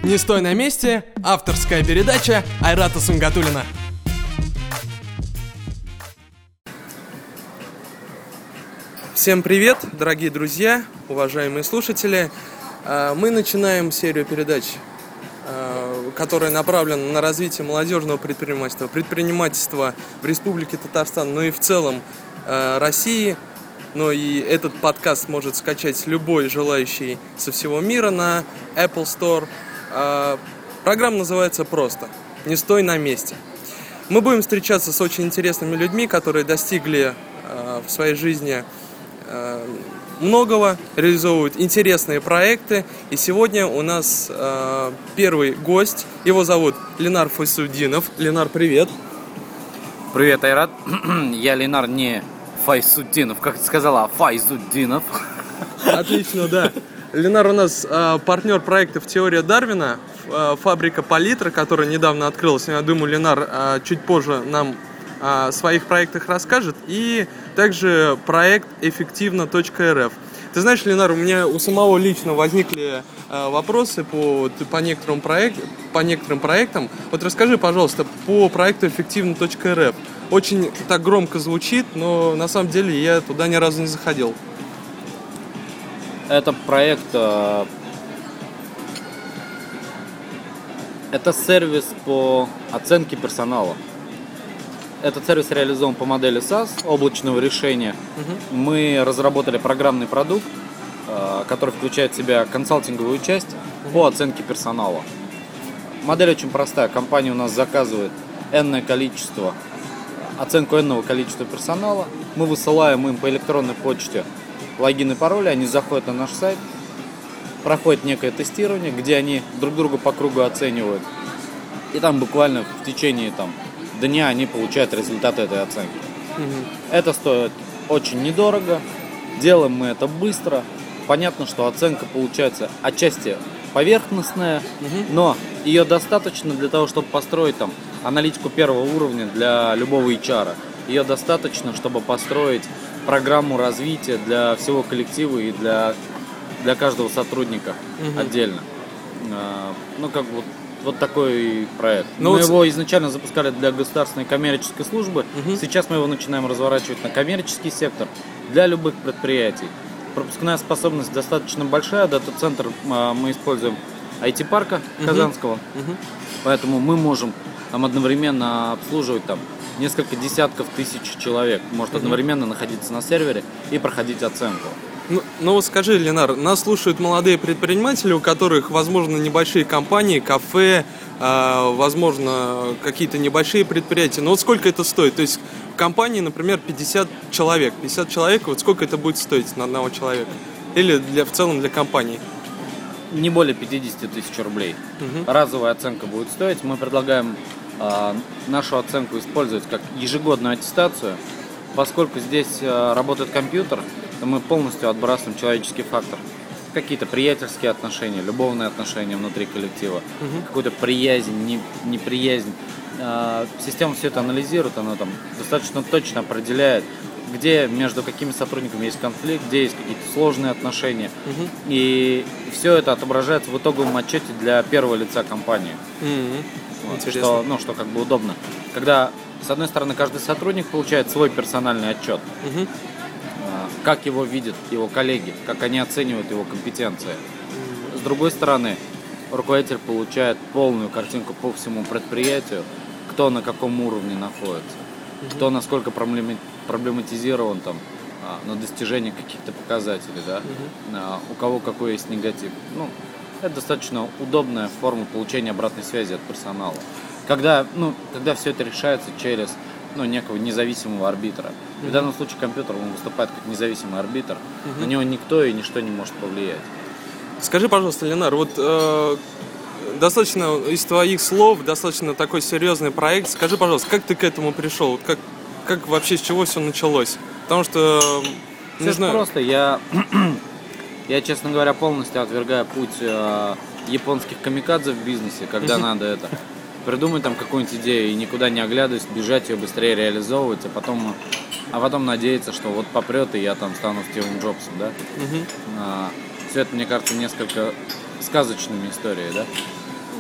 «Не стой на месте» — авторская передача Айрата Сунгатуллина. Всем привет, дорогие друзья, уважаемые слушатели. Мы начинаем серию передач, которая направлена на развитие молодежного предпринимательства в Республике Татарстан, ну и в целом России. Но и этот подкаст может скачать любой желающий со всего мира на Apple Store. Программа называется просто «Не стой на месте». Мы будем встречаться с очень интересными людьми, которые достигли в своей жизни многого, реализовывают интересные проекты. И сегодня у нас первый гость. Его зовут Ленар Файсутдинов. Ленар, привет. Привет, Айрат. Я Ленар не Файсутдинов, как ты сказала, а Файзутдинов. Отлично, да. Ленар у нас партнер проектов «Теория Дарвина», фабрика палитра, которая недавно открылась. Я думаю, Ленар чуть позже нам о своих проектах расскажет. И также проект «Эффективно.рф». Ты знаешь, Ленар, у меня у самого лично возникли вопросы по некоторым проектам. Вот расскажи, пожалуйста, по проекту «Эффективно.рф». Очень так громко звучит, но на самом деле я туда ни разу не заходил. Это проект, это сервис по оценке персонала. Этот сервис реализован по модели SaaS, облачного решения. Мы разработали программный продукт, который включает в себя консалтинговую часть по оценке персонала. Модель очень простая. Компания у нас заказывает оценку энного количества персонала. Мы высылаем им по электронной почте логин и пароли, они заходят на наш сайт, проходят некое тестирование, где они друг друга по кругу оценивают. И там буквально в течение дня они получают результаты этой оценки. Это стоит очень недорого, делаем мы это быстро. Понятно, что оценка получается отчасти поверхностная, но ее достаточно для того, чтобы построить аналитику первого уровня для любого HR. Ее достаточно, чтобы построить программу развития для всего коллектива и для каждого сотрудника отдельно. Вот такой проект. Мы его изначально запускали для государственной коммерческой службы. Сейчас мы его начинаем разворачивать на коммерческий сектор для любых предприятий. Пропускная способность достаточно большая. Дата-центр мы используем IT-парка Казанского. Поэтому мы можем одновременно обслуживать несколько десятков тысяч человек. Может одновременно находиться на сервере и проходить оценку. Ну вот скажи, Ленар, нас слушают молодые предприниматели, у которых, возможно, небольшие компании, кафе, возможно, какие-то небольшие предприятия. Но вот сколько это стоит? То есть в компании, например, 50 человек. 50 человек, вот сколько это будет стоить на одного человека? Или в целом для компании? Не более 50 тысяч рублей. Разовая оценка будет стоить. Мы предлагаем нашу оценку использовать как ежегодную аттестацию. Поскольку здесь работает компьютер, то мы полностью отбрасываем человеческий фактор. Какие-то приятельские отношения, любовные отношения внутри коллектива, какую-то приязнь, неприязнь. Система все это анализирует, она достаточно точно определяет, где между какими сотрудниками есть конфликт, где есть какие-то сложные отношения. И все это отображается в итоговом отчете для первого лица компании. Что удобно. Когда, с одной стороны, каждый сотрудник получает свой персональный отчет. Как его видят его коллеги, как они оценивают его компетенции. С другой стороны, руководитель получает полную картинку по всему предприятию, кто на каком уровне находится, кто насколько проблематизирован на достижении каких-то показателей, у кого какой есть негатив. Это достаточно удобная форма получения обратной связи от персонала. Когда все это решается через некого независимого арбитра. В данном случае компьютер выступает как независимый арбитр. На него никто и ничто не может повлиять. Скажи, пожалуйста, Ленар, достаточно из твоих слов, достаточно такой серьезный проект. Скажи, пожалуйста, как ты к этому пришел? Как вообще, с чего все началось? Потому что... Все просто. Я, честно говоря, полностью отвергаю путь японских камикадзе в бизнесе, когда надо придумать какую-нибудь идею и никуда не оглядываясь, бежать ее быстрее реализовывать, а потом надеяться, что вот попрет, и я стану Стивом Джобсом, да? Все это, мне кажется, несколько сказочными историями, да?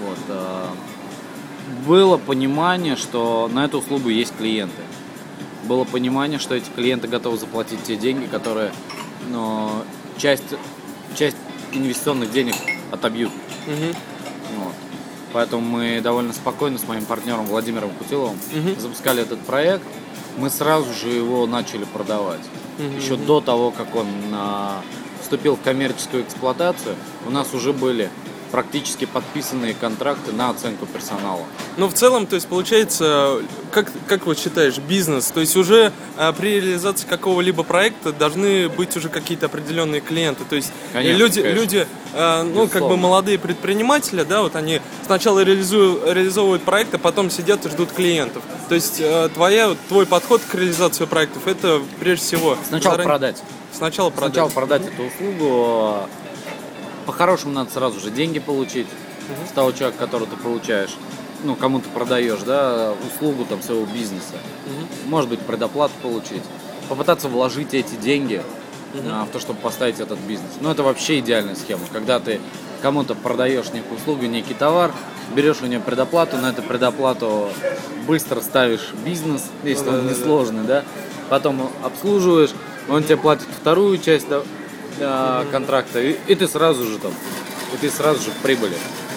Вот, было понимание, что на эту услугу есть клиенты. Было понимание, что эти клиенты готовы заплатить те деньги, которые часть инвестиционных денег отобьют. Вот. Поэтому мы довольно спокойно с моим партнером Владимиром Кутиловым запускали этот проект. Мы сразу же его начали продавать. Еще до того, как он вступил в коммерческую эксплуатацию, у нас уже были практически подписанные контракты на оценку персонала. Ну, в целом, то есть, получается, как вот считаешь, бизнес, то есть уже при реализации какого-либо проекта должны быть уже какие-то определенные клиенты, то есть конечно, люди как бы молодые предприниматели, да, вот они сначала реализовывают проекты, а потом сидят и ждут клиентов. То есть твой подход к реализации проектов, это прежде всего... Сначала продать эту услугу. По-хорошему надо сразу же деньги получить с того человека, которого ты получаешь, кому ты продаешь, да, услугу там своего бизнеса. Может быть, предоплату получить. Попытаться вложить эти деньги в то, чтобы поставить этот бизнес. Это вообще идеальная схема. Когда ты кому-то продаешь некую услугу, некий товар, берешь у него предоплату, на эту предоплату быстро ставишь бизнес, если он несложный, да, потом обслуживаешь, он тебе платит вторую часть контракта, и ты сразу же в прибыли.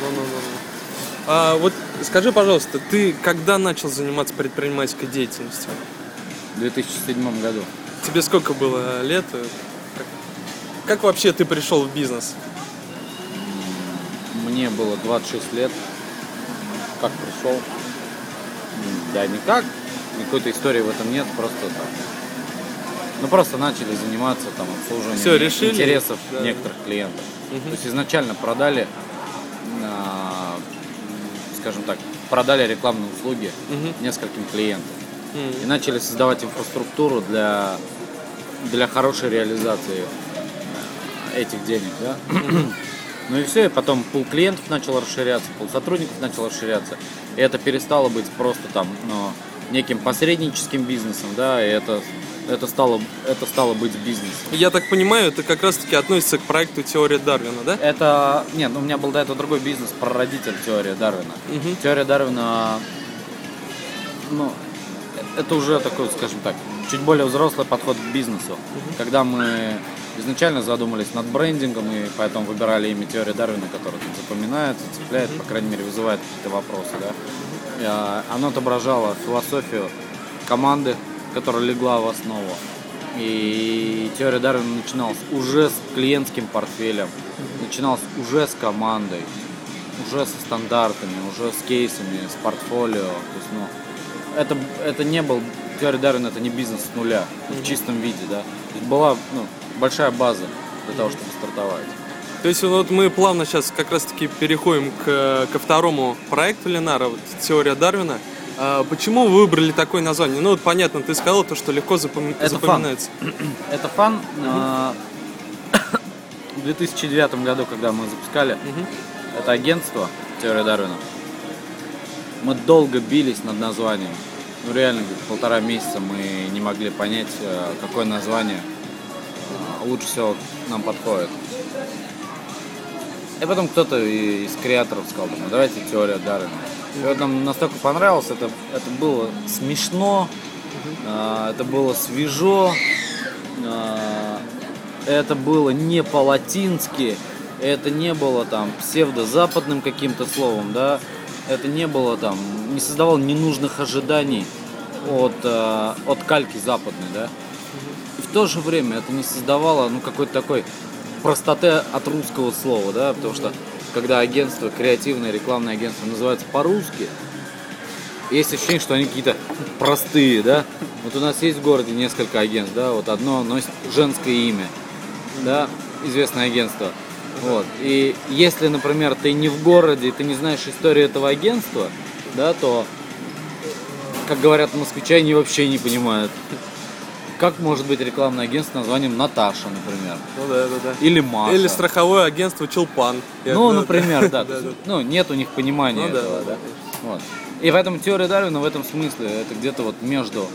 Вот скажи, пожалуйста, ты когда начал заниматься предпринимательской деятельностью? В 2007 году. Тебе сколько было лет? Как вообще ты пришел в бизнес? Мне было 26 лет. Как пришел? Да никак. Какой-то истории в этом нет, просто там. Просто начали заниматься там обслуживанием интересов некоторых клиентов. То есть изначально продали, скажем так, рекламные услуги нескольким клиентам. И начали создавать инфраструктуру для хорошей реализации этих денег, да. И все, и потом пул клиентов начал расширяться, пул сотрудников начал расширяться. И это перестало быть просто там, неким посредническим бизнесом, да, и это стало быть бизнесом. Я так понимаю, это как раз-таки относится к проекту «Теория Дарвина», да? Нет, у меня был до этого другой бизнес, прародитель «Теория Дарвина». «Теория Дарвина», это уже такой, скажем так, чуть более взрослый подход к бизнесу. Когда мы изначально задумались над брендингом, и поэтому выбирали имя «Теория Дарвина», которое тут запоминается, цепляет, по крайней мере, вызывает какие-то вопросы, да. Оно отображало философию команды, которая легла в основу. И теория Дарвина начиналась уже с клиентским портфелем, начиналась уже с командой, уже со стандартами, уже с кейсами, с портфолио. То есть, это не был, теория Дарвина, это не бизнес с нуля, в чистом виде, да. То есть была большая база для того, чтобы стартовать. То есть вот мы плавно сейчас как раз-таки переходим ко второму проекту Ленара, «Теория Дарвина». Почему вы выбрали такое название? Понятно, ты сказал то, что легко запоминается. Это фан. В 2009 году, когда мы запускали это агентство «Теория Дарвина», мы долго бились над названием. Реально, 1,5 месяца мы не могли понять, какое название лучше всего нам подходит. И потом кто-то из креаторов сказал, давайте «Теория Дарвина». И вот нам настолько понравилось, это было смешно, это было свежо, это было не по-латински, это не было там псевдозападным каким-то словом, да, это не было там, не создавало ненужных ожиданий от кальки западной, да. И в то же время это не создавало, какой-то такой простоты от русского слова, да, потому что когда агентство, креативное рекламное агентство называется по-русски, есть ощущение, что они какие-то простые, да. Вот у нас есть в городе несколько агентств, да, вот одно носит женское имя, да, известное агентство. Вот. И если, например, ты не в городе, ты не знаешь историю этого агентства, да, то, как говорят москвичи, они вообще не понимают. Как может быть рекламное агентство с названием «Наташа», например? Да. Или «Маша». Или страховое агентство «Чулпан». Например, да. Нет у них понимания этого, да. Вот. И поэтому теория Дарвина в этом смысле, это где-то вот между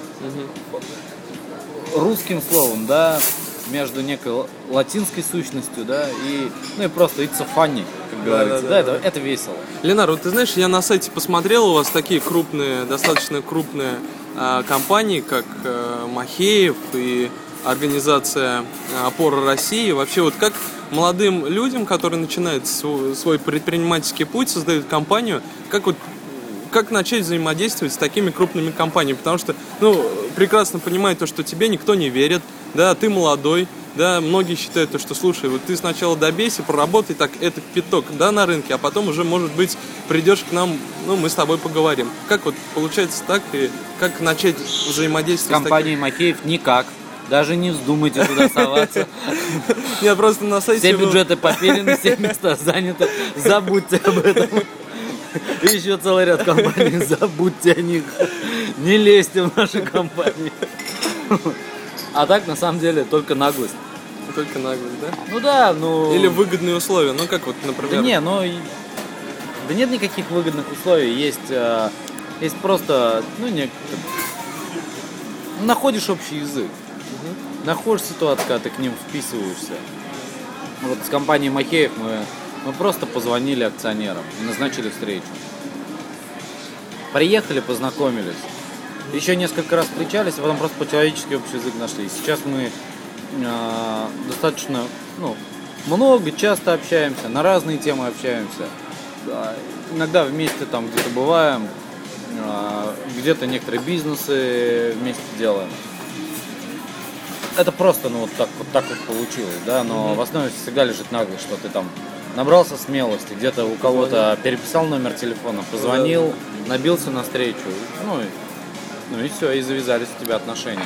русским словом, да, между некой латинской сущностью, да, и просто it's a funny, как говорится. Да, это весело. Ленар, вот ты знаешь, я на сайте посмотрел, у вас такие достаточно крупные компании, как Махеев и организация «Опора России». Вообще, вот как молодым людям, которые начинают свой предпринимательский путь, создают компанию, как начать взаимодействовать с такими крупными компаниями? Потому что, прекрасно понимаю то, что тебе никто не верит, да, ты молодой, да, многие считают то, что, слушай, вот ты сначала добейся, проработай так, это пяток, да, на рынке, а потом уже, может быть, придешь к нам, мы с тобой поговорим. Как вот получается так, и как начать взаимодействовать с компанией Махеев? Никак. Даже не вздумайте туда соваться. Я просто на сайте... Все бюджеты попилены, все места заняты. Забудьте об этом. Еще целый ряд компаний, забудьте о них. Не лезьте в наши компании. А так, на самом деле, только наглость. Только наглость, да? Ну да, Или выгодные условия, как вот, например... Да нет никаких выгодных условий. Есть просто, находишь общий язык. Находишь ситуацию, когда ты к ним вписываешься. Вот с компанией Махеев мы просто позвонили акционерам и назначили встречу. Приехали, познакомились. Еще несколько раз встречались, а потом просто по-человечески общий язык нашли. Сейчас мы достаточно много, часто общаемся, на разные темы общаемся. Да, иногда вместе там где-то бываем, где-то некоторые бизнесы вместе делаем. Это просто вот так получилось, да, но в основе всегда лежит наглость, что ты там набрался смелости, где-то у кого-то переписал номер телефона, позвонил, набился на встречу, и все, и завязались у тебя отношения.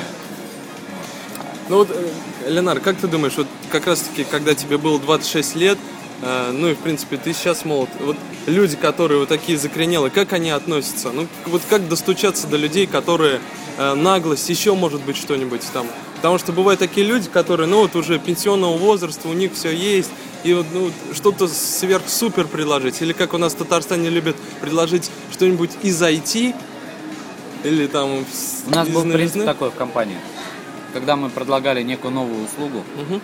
Ленар, как ты думаешь, вот как раз таки, когда тебе было 26 лет, и в принципе ты сейчас молод, вот люди, которые вот такие закоренелые, как они относятся? Как достучаться до людей, которые наглость, еще может быть что-нибудь там? Потому что бывают такие люди, которые, уже пенсионного возраста, у них все есть, и что-то сверх-супер предложить. Или как у нас в Татарстане любят предложить что-нибудь из IT, или там... У нас был принцип такой в компании. Когда мы предлагали некую новую услугу,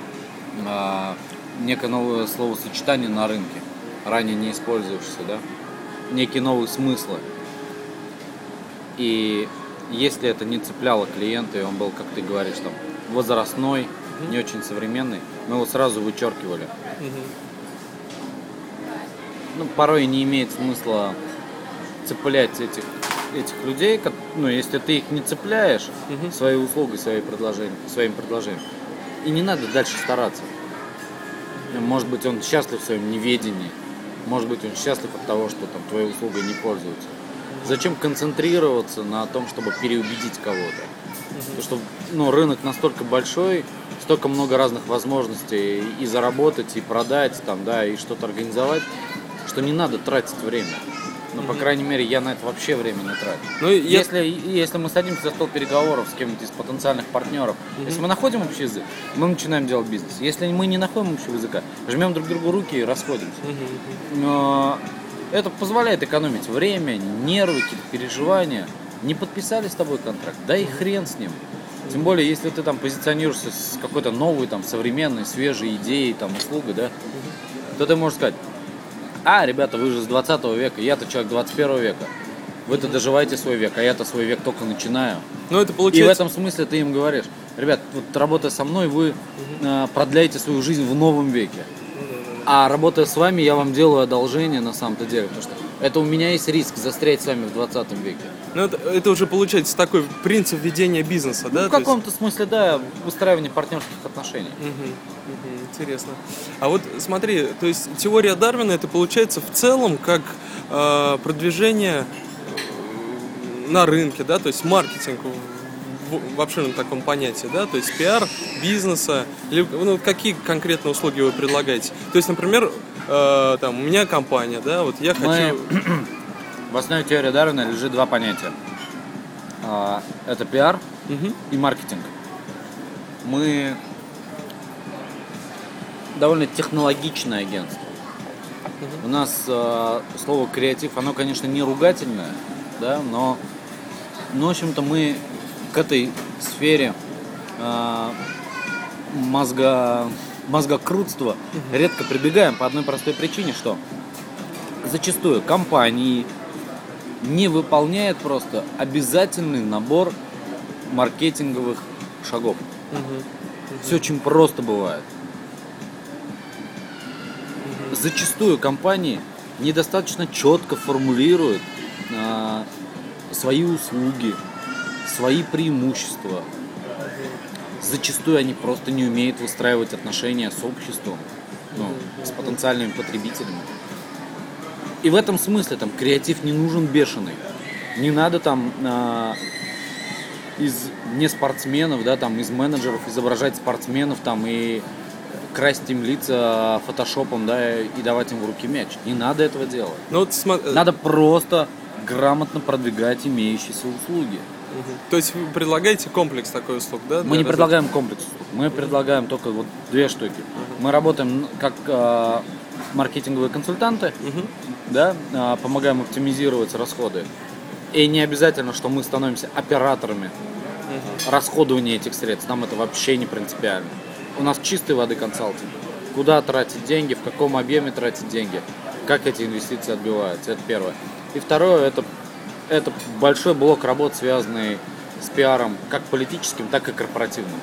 некое новое словосочетание на рынке, ранее не использовавшееся, да, некие новые смыслы. И если это не цепляло клиента, и он был, как ты говоришь, там, возрастной, не очень современный, мы его сразу вычеркивали. Порой не имеет смысла цеплять этих людей, если ты их не цепляешь своей услугой, своим предложением. И не надо дальше стараться. Может быть, он счастлив в своем неведении, может быть, он счастлив от того, что там твоей услугой не пользуются. Зачем концентрироваться на том, чтобы переубедить кого-то? Потому что рынок настолько большой, столько много разных возможностей и заработать, и продать, и что-то организовать, что не надо тратить время. По крайней мере, я на это вообще время не трачу. Если мы садимся за стол переговоров с кем-нибудь из потенциальных партнеров, если мы находим общий язык, мы начинаем делать бизнес. Если мы не находим общего языка, жмем друг другу руки и расходимся. Но это позволяет экономить время, нервы, какие-то переживания. Не подписали с тобой контракт, да и хрен с ним. Тем более, если ты там позиционируешься с какой-то новой, современной, свежей идеей, услугой, да, то ты можешь сказать: ребята, вы же с 20 века, я-то человек 21 века. Вы-то доживаете свой век, а я-то свой век только начинаю. Это получается... И в этом смысле ты им говоришь: ребят, работая со мной, вы продляете свою жизнь в новом веке. А работая с вами, я вам делаю одолжение на самом-то деле, потому что это у меня есть риск застрять с вами в 20 веке. Это уже получается такой принцип ведения бизнеса, да? В каком-то смысле, да, выстраивание партнерских отношений. Интересно. А вот смотри, то есть теория Дарвина, это получается в целом как продвижение на рынке, да, то есть маркетинг в обширном таком понятии, да, то есть пиар бизнеса, какие конкретно услуги вы предлагаете? То есть, например, у меня компания, да, вот я хочу... В основе теории Дарвина лежит два понятия. Это пиар и маркетинг. Мы довольно технологичное агентство. У нас слово креатив, оно, конечно, не ругательное, да, но в общем-то, мы к этой сфере мозгокрутства редко прибегаем по одной простой причине, что зачастую компании не выполняют просто обязательный набор маркетинговых шагов. Все очень просто бывает. Зачастую компании недостаточно четко формулируют свои услуги, свои преимущества. Зачастую они просто не умеют выстраивать отношения с обществом, с потенциальными потребителями. И в этом смысле там креатив не нужен бешеный. Не надо там из не спортсменов, да, там из менеджеров изображать спортсменов там и красить им лица фотошопом, да, и давать им в руки мяч. Не надо этого делать. Надо просто грамотно продвигать имеющиеся услуги. То есть вы предлагаете комплекс такой услуг, да? Мы не предлагаем комплекс услуг. Мы предлагаем только вот две штуки. Мы работаем как маркетинговые консультанты, да, помогаем оптимизировать расходы. И не обязательно, что мы становимся операторами расходования этих средств. Нам это вообще не принципиально. У нас чистой воды консалтинг. Куда тратить деньги, в каком объеме тратить деньги, как эти инвестиции отбиваются. Это первое. И второе, это большой блок работ, связанный с пиаром, как политическим, так и корпоративным.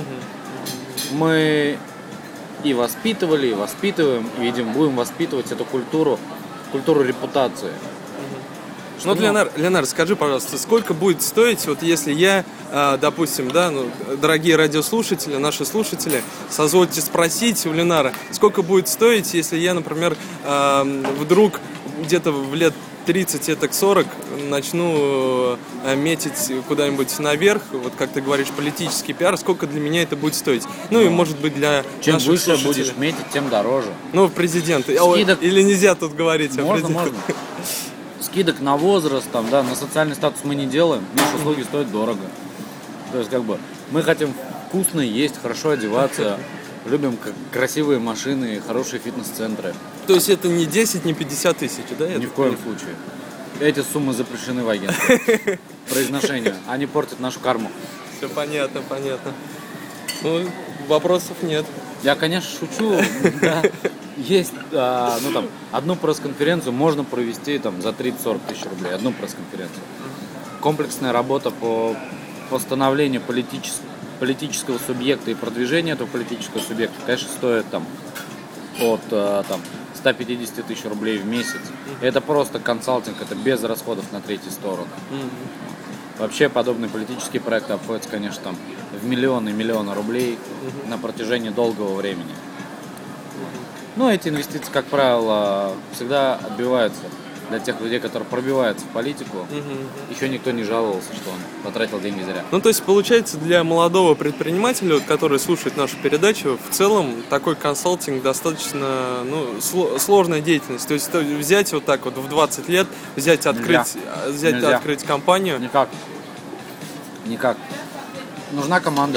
Мы и воспитывали, и воспитываем, и, видимо, будем воспитывать эту культуру репутации. Ну, Леонард, скажи, пожалуйста, сколько будет стоить, вот если я, допустим, да, дорогие радиослушатели, наши слушатели, созвольте спросить у Ленара, сколько будет стоить, если я, например, вдруг где-то в лет 30-40 начну метить куда-нибудь наверх, вот как ты говоришь, политический пиар, сколько для меня это будет стоить? Ну и может быть для чем наших выше слушателей. Будешь метить, тем дороже. Ну, президент. Скидок... Или нельзя тут говорить о президенте? Можно. Скидок на возраст, там, да, на социальный статус мы не делаем, наши услуги стоят дорого. То есть, как бы, мы хотим вкусно есть, хорошо одеваться, любим красивые машины, хорошие фитнес-центры. То есть это не 10, не 50 тысяч, да? Ни в коем случае. Эти суммы запрещены в агентстве. Произношение. Они портят нашу карму. Все понятно. Ну, вопросов нет. Я, конечно, шучу. Да. Есть, одну пресс-конференцию можно провести там, за 30-40 тысяч рублей. Одну пресс-конференцию. Комплексная работа по становлению политического субъекта и продвижению этого политического субъекта, конечно, стоит там, от 150 тысяч рублей в месяц. Это просто консалтинг, это без расходов на третью сторону. Вообще подобные политические проекты обходятся, конечно, там, в миллионы рублей на протяжении долгого времени. Но эти инвестиции, как правило, всегда отбиваются для тех людей, которые пробиваются в политику. Еще никто не жаловался, что он потратил деньги зря. Ну, то есть, получается, для молодого предпринимателя, который слушает нашу передачу, в целом такой консалтинг достаточно сложная деятельность. То есть, взять вот так вот в 20 лет, открыть компанию. Никак. Нужна команда.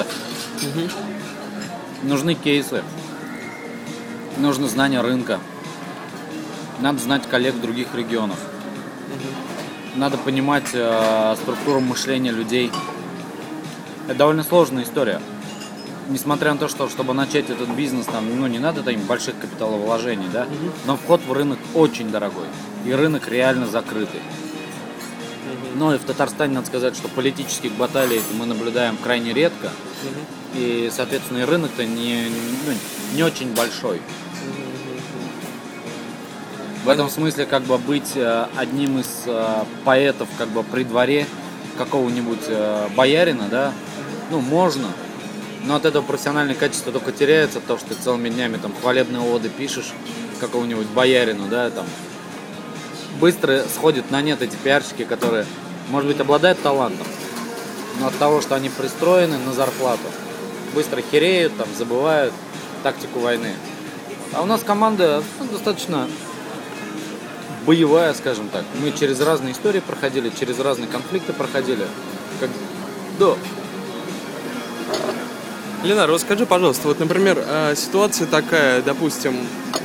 Нужны кейсы. Нужно знание рынка. Надо знать коллег в других регионах. Надо понимать структуру мышления людей. Это довольно сложная история. Несмотря на то, что чтобы начать этот бизнес, там, не надо им больших капиталовложений, да? Но вход в рынок очень дорогой. И рынок реально закрытый. Но и в Татарстане, надо сказать, что политических баталий мы наблюдаем крайне редко. И, соответственно, и рынок-то не очень большой. В этом смысле, как бы, быть одним из поэтов, как бы, при дворе какого-нибудь боярина, да, можно. Но от этого профессиональное качество только теряется, от того, что ты целыми днями там хвалебные оды пишешь какому-нибудь боярину, да, там. Быстро сходят на нет эти пиарщики, которые, может быть, обладают талантом, но от того, что они пристроены на зарплату, быстро хереют, там, забывают тактику войны. А у нас команда достаточно боевая, скажем так. Мы через разные истории проходили, через разные конфликты проходили. Ленар, расскажи, пожалуйста, вот, например, ситуация такая, допустим,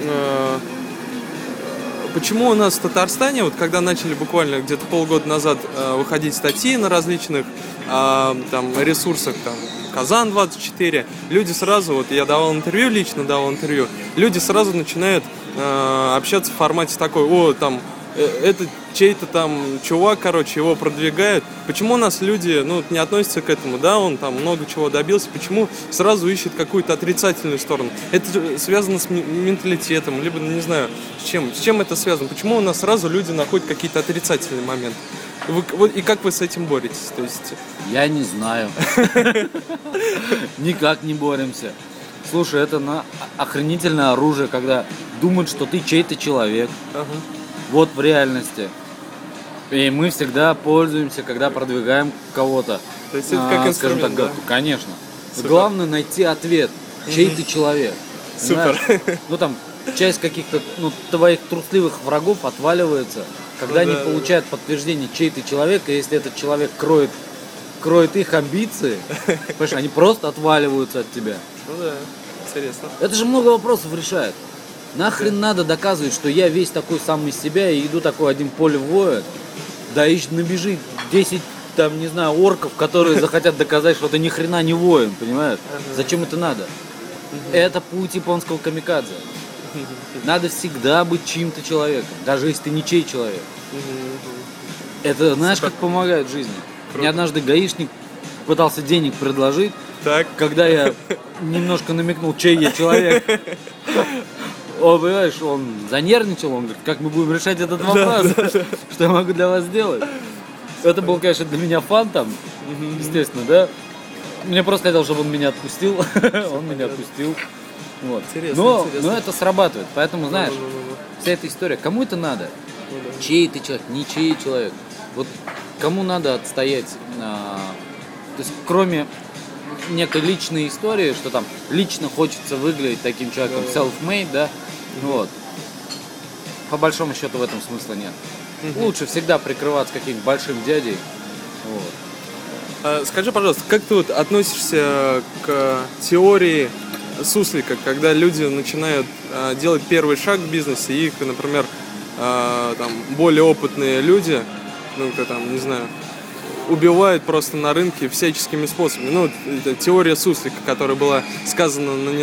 почему у нас в Татарстане, вот когда начали буквально где-то полгода назад выходить статьи на различных ресурсах, там, Казан-24, люди сразу, вот я лично давал интервью, люди сразу начинают общаться в формате такой, о, там, это чей-то там чувак, короче, его продвигают. Почему у нас люди, ну, не относятся к этому, да, он там много чего добился, почему сразу ищет какую-то отрицательную сторону? Это связано с менталитетом, либо, не знаю, с чем это связано? Почему у нас сразу люди находят какие-то отрицательные моменты? И как вы с этим боретесь? То есть... Я не знаю. Никак не боремся. Слушай, это охренительное оружие, когда думают, что ты чей-то человек. Вот в реальности. И мы всегда пользуемся, когда продвигаем кого-то. То есть это как инструмент, так, да? Конечно. Супер. Главное найти ответ, чей ты человек. Супер. Понимаешь? Ну там, часть каких-то твоих трусливых врагов отваливается, когда они получают подтверждение, чей ты человек, и если этот человек кроет их амбиции, понимаешь, они просто отваливаются от тебя. Ну да, интересно. Это же много вопросов решает. Нахрен надо доказывать, что я весь такой сам из себя и иду такой один поле воин. Да и набежит 10, там, не знаю, орков, которые захотят доказать, что ты ни хрена не воин, понимаешь? Зачем это надо? Это путь японского камикадзе. Надо всегда быть чьим-то человеком, даже если ты не чей человек. Это, знаешь, как помогает в жизни. Мне однажды гаишник пытался денег предложить, Так. когда я немножко намекнул, чей я человек. Он, понимаешь, он занервничал, он говорит, как мы будем решать этот вопрос, что я могу для вас сделать. Это был, конечно, для меня фан там, естественно, да. Мне просто хотел, чтобы он меня отпустил, он меня отпустил. Вот. Интересно. Но это срабатывает, поэтому, знаешь, вся эта история, кому это надо? Чей ты человек, не чей человек. Вот кому надо отстоять, то есть кроме некой личной истории, что там лично хочется выглядеть таким человеком, self-made, да, вот. По большому счету в этом смысла нет. Лучше всегда прикрываться каким-нибудь большим дядей. Вот. Скажи, пожалуйста, как ты вот относишься к теории суслика, когда люди начинают делать первый шаг в бизнесе, и их, например, там, более опытные люди, ну-ка там, не знаю, убивают просто на рынке всяческими способами. Ну, это теория суслика, которая была сказана на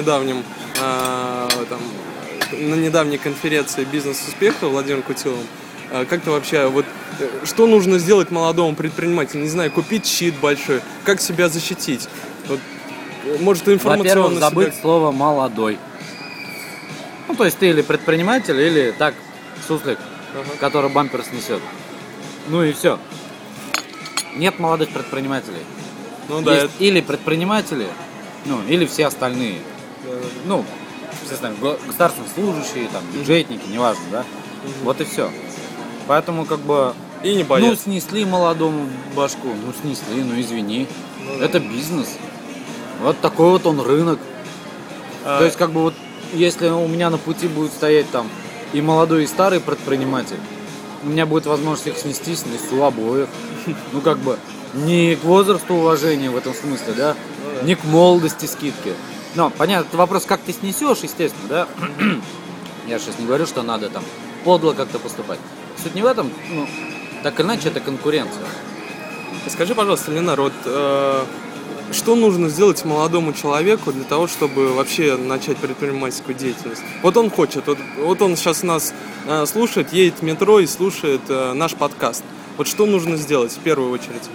недавней конференции «Бизнес-успеха» Владимиром Кутиловым. Как ты вообще, вот, что нужно сделать молодому предпринимателю? Не знаю, купить щит большой, как себя защитить? Вот, может, информационно. Во-первых, забыть слово «молодой». Ну, то есть ты или предприниматель, или так, суслик, который бампер снесет. Ну и все. Нет молодых предпринимателей. Ну да. Есть или предприниматели, ну, или все остальные. Ну, естественно, государственные служащие, там, бюджетники, неважно, да. Вот и все. Поэтому как бы. И не боятся. Ну, снесли молодому башку, ну снесли, ну извини. Это бизнес. Вот такой вот он рынок. То есть, как бы вот, если у меня на пути будет стоять там и молодой, и старый предприниматель, у меня будет возможность их снесу обоих. Ну, как бы, не к возрасту уважения в этом смысле, да, не к молодости скидки. Но, понятно, это вопрос, как ты снесешь, естественно, да. Я сейчас не говорю, что надо там подло как-то поступать. Суть не в этом, ну, так или иначе, это конкуренция. Скажи, пожалуйста, Ленар, вот что нужно сделать молодому человеку для того, чтобы вообще начать предпринимательскую деятельность? Вот он хочет, вот он сейчас нас слушает, едет в метро и слушает наш подкаст. Вот что нужно сделать в первую очередь?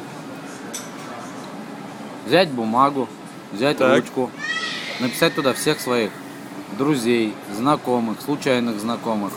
Взять бумагу, взять ручку, написать туда всех своих друзей, знакомых, случайных знакомых.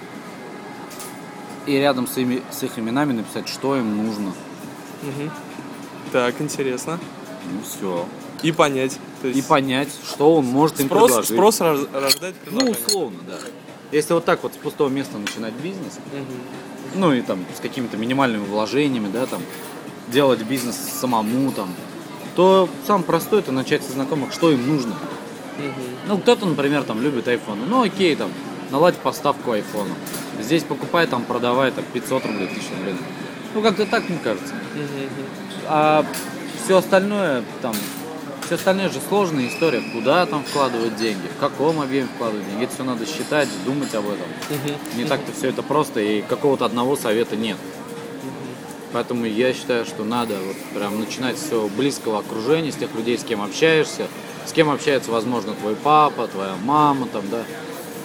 И рядом с их именами написать, что им нужно. Так, интересно. Ну все. И понять. То есть... И понять, что он может им предложить. Спрос рождает предложение. Ну, условно, да. Если вот так вот с пустого места начинать бизнес, ну и там с какими-то минимальными вложениями, да, там, делать бизнес самому, там, то самое простое это начать со знакомых, что им нужно. Ну, кто-то, например, там, любит айфоны. Ну, окей, там, наладь поставку айфона. Здесь покупай, там, продавай, там, 500 рублей, 1000 рублей. Ну, как-то так, мне кажется. А все остальное же сложная история. Куда там вкладывать деньги, в каком объеме вкладывать деньги. Это все надо считать, думать об этом. Не так-то все это просто, и какого-то одного совета нет. Поэтому я считаю, что надо вот прям начинать с своего близкого окружения, с тех людей, с кем общаешься, с кем общается, возможно, твой папа, твоя мама, там, да.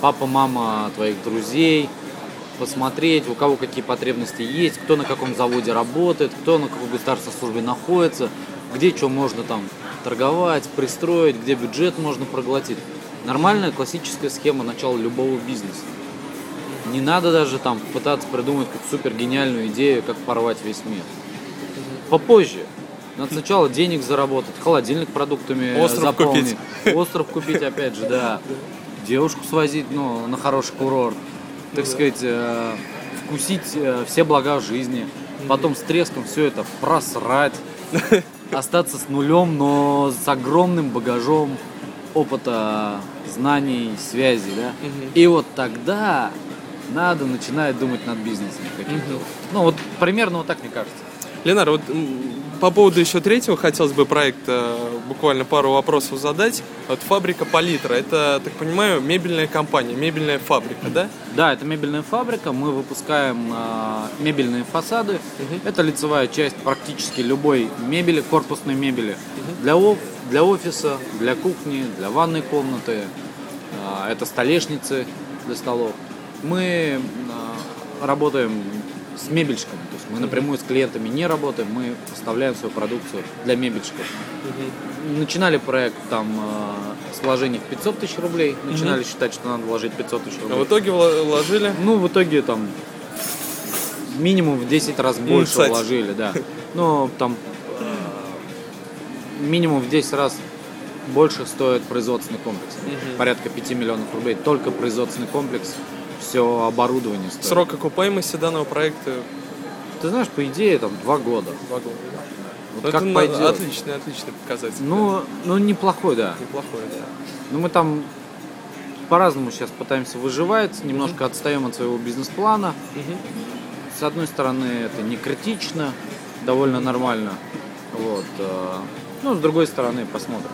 папа, мама твоих друзей, посмотреть, у кого какие потребности есть, кто на каком заводе работает, кто на какой государственной службе находится, где что можно там торговать, пристроить, где бюджет можно проглотить. Нормальная классическая схема начала любого бизнеса. Не надо даже там пытаться придумать какую-то супер гениальную идею, как порвать весь мир. Попозже. Надо сначала денег заработать, холодильник продуктами заполнить. Остров купить, опять же, да. Девушку свозить, на хороший курорт. Так сказать, вкусить все блага жизни. Потом с треском все это просрать. Остаться с нулем, но с огромным багажом опыта, знаний, связей, да. И вот тогда надо начинать думать над бизнесом каким-то. Примерно вот так, мне кажется. Ленар, вот по поводу еще третьего хотелось бы проекта буквально пару вопросов задать. Вот фабрика Палитра, это, так понимаю, мебельная компания, мебельная фабрика, да? Да, это мебельная фабрика, мы выпускаем мебельные фасады. Это лицевая часть практически любой мебели, корпусной мебели. Для офиса, для кухни, для ванной комнаты, это столешницы для столов. Мы работаем с мебельщиками, то есть мы напрямую с клиентами не работаем, мы поставляем свою продукцию для мебельщиков. Начинали проект там с вложений в 500 тысяч рублей, начинали считать, что надо вложить 500 тысяч рублей. А в итоге вложили? В итоге там минимум в 10 раз больше вложили, да. Там минимум в 10 раз больше стоит производственный комплекс. Порядка 5 миллионов рублей, только производственный комплекс. Все оборудование стоит. Срок окупаемости данного проекта? Ты знаешь, по идее, 2 года. 2 года, да. Вот как пойдет. Отличный показатель. Неплохой, да. Неплохой, да. Мы там по-разному сейчас пытаемся выживать, немножко отстаем от своего бизнес-плана. С одной стороны, это не критично, довольно нормально. С другой стороны, посмотрим.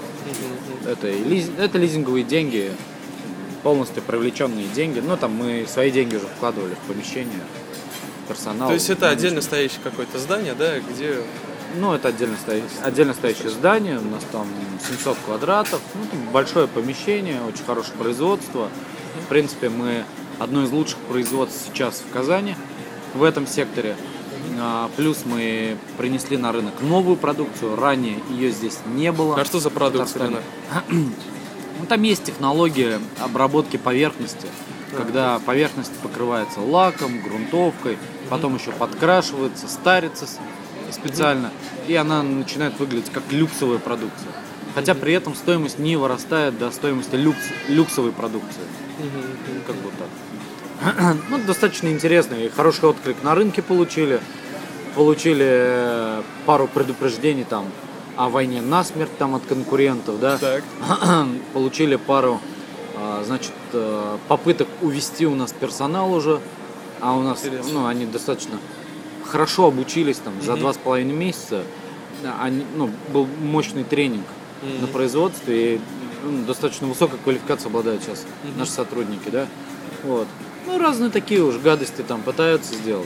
Это лизинговые деньги, полностью привлеченные деньги. Мы свои деньги уже вкладывали в помещение, персонал. То есть это отдельно стоящее какое-то здание, да, где... Это отдельно стоящее здание, у нас там 700 квадратов, большое помещение, очень хорошее производство. В принципе, мы одно из лучших производств сейчас в Казани в этом секторе. Плюс мы принесли на рынок новую продукцию, ранее ее здесь не было. А что за продукция? Там есть технология обработки поверхности, когда поверхность покрывается лаком, грунтовкой, потом еще подкрашивается, старится специально, и она начинает выглядеть как люксовая продукция. Хотя при этом стоимость не вырастает до стоимости люксовой продукции. Как бы так. Достаточно интересно, и хороший отклик на рынке получили. Получили пару предупреждений там о войне насмерть там от конкурентов, да. Так. Получили пару, попыток увести у нас персонал уже, а у нас, они достаточно хорошо обучились там за 2,5 месяца. Был мощный тренинг на производстве, и достаточно высокой квалификацией обладают сейчас наши сотрудники, да. Разные такие уж гадости там пытаются сделать.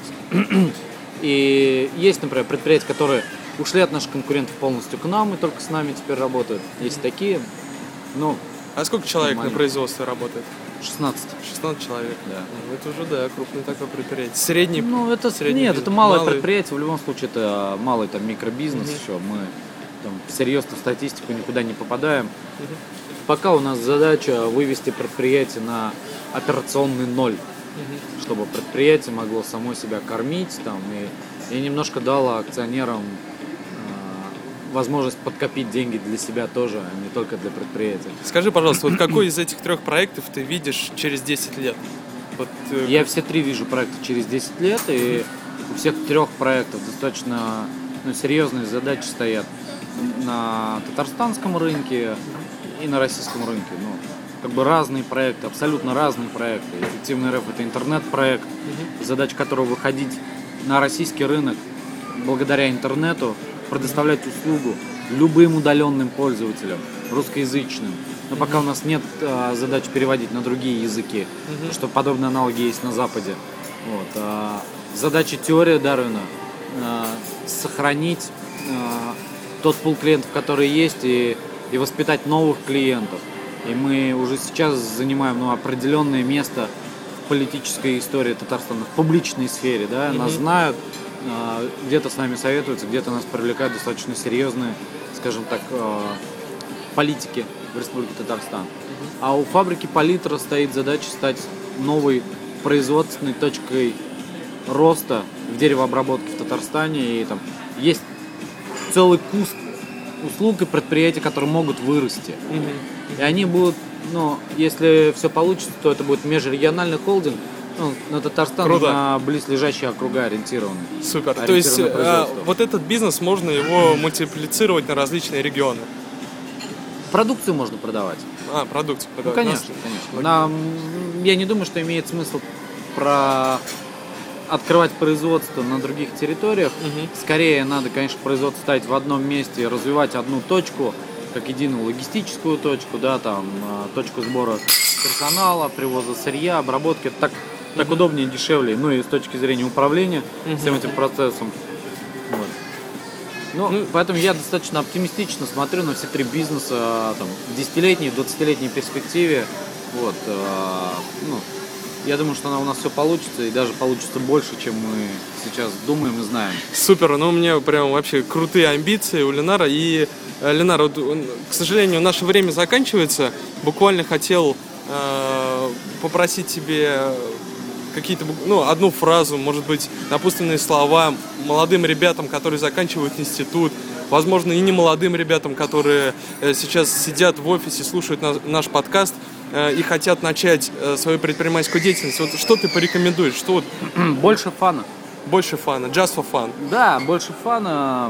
И есть, например, предприятия, которые ушли от наших конкурентов полностью к нам и только с нами теперь работают. Есть такие. А сколько человек на производстве работает? 16. 16 человек. Да. Это уже, да, крупное такое предприятие. Средний? Нет, это малое предприятие. В любом случае, это малый там микробизнес еще. Мы там серьезно в статистику никуда не попадаем. Пока у нас задача вывести предприятие на операционный ноль, чтобы предприятие могло само себя кормить там, и немножко дало акционерам возможность подкопить деньги для себя тоже, а не только для предприятия. Скажи, пожалуйста, какой из этих 3 проектов ты видишь через 10 лет? Я все 3 вижу проекта через 10 лет, и у всех 3 проектов достаточно серьезные задачи стоят на татарстанском рынке и на российском рынке. Разные проекты, абсолютно разные проекты. Эффективный РФ — это интернет-проект, задача которого выходить на российский рынок благодаря интернету, предоставлять услугу любым удаленным пользователям, русскоязычным. Но пока у нас нет задач переводить на другие языки, потому что подобные аналоги есть на Западе. Задача теория Дарвина — сохранить тот пул клиентов, который есть, и воспитать новых клиентов. И мы уже сейчас занимаем определенное место в политической истории Татарстана, в публичной сфере. Да? Нас знают, где-то с нами советуются, где-то нас привлекают достаточно серьезные, скажем так, политики в Республике Татарстан. А у фабрики Палитра стоит задача стать новой производственной точкой роста в деревообработке в Татарстане. И там есть целый куст услуг и предприятий, которые могут вырасти. И они будут, если все получится, то это будет межрегиональный холдинг, на Татарстан, на близлежащие округа ориентированный. Супер. То есть вот этот бизнес, можно его мультиплицировать на различные регионы? Продукцию можно продавать. Продукцию продавать. Конечно. Я не думаю, что имеет смысл открывать производство на других территориях. Скорее надо, конечно, производство ставить в одном месте, развивать одну точку, как единую логистическую точку, да, там, точку сбора персонала, привоза сырья, обработки. Это так удобнее, дешевле, и с точки зрения управления всем этим процессом. Вот. Поэтому я достаточно оптимистично смотрю на все три бизнеса в 10-летней, в 20-летней перспективе. Вот. Я думаю, что у нас все получится, и даже получится больше, чем мы сейчас думаем и знаем. Супер, у меня прям вообще крутые амбиции у Ленара. И, Ленар, к сожалению, наше время заканчивается. Буквально хотел попросить тебе какие-то, одну фразу, может быть, напутственные слова молодым ребятам, которые заканчивают институт, возможно, и не молодым ребятам, которые сейчас сидят в офисе, слушают наш подкаст и хотят начать свою предпринимательскую деятельность. Вот что ты порекомендуешь? Больше фана. Больше фана, just for fun. Да, больше фана.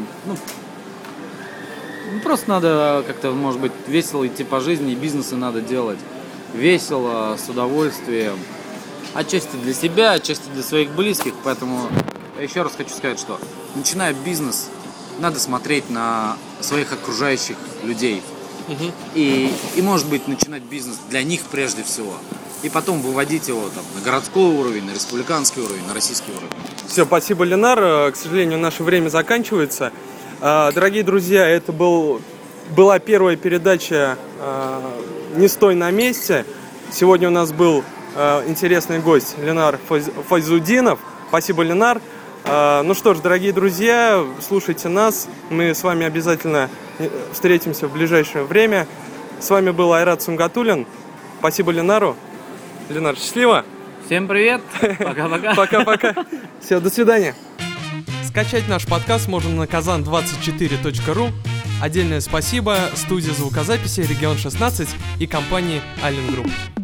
Просто надо как-то, может быть, весело идти по жизни, и бизнесы надо делать весело, с удовольствием. Отчасти для себя, отчасти для своих близких. Поэтому еще раз хочу сказать, что начиная бизнес, надо смотреть на своих окружающих людей. И может быть, начинать бизнес для них прежде всего. И потом выводить его на городской уровень, на республиканский уровень, на российский уровень. Все, спасибо, Ленар. К сожалению, наше время заканчивается. Дорогие друзья, это была первая передача «Не стой на месте». Сегодня у нас был интересный гость Ленар Файзудинов. Спасибо, Ленар. Ну что ж, дорогие друзья, слушайте нас. Мы с вами обязательно встретимся в ближайшее время. С вами был Айрат Сунгатуллин. Спасибо Ленару. Ленар, счастливо. Всем привет. Пока-пока. Пока-пока. Все, до свидания. Скачать наш подкаст можно на kazan24.ru. Отдельное спасибо студии звукозаписи «Регион 16» и компании Allen Group.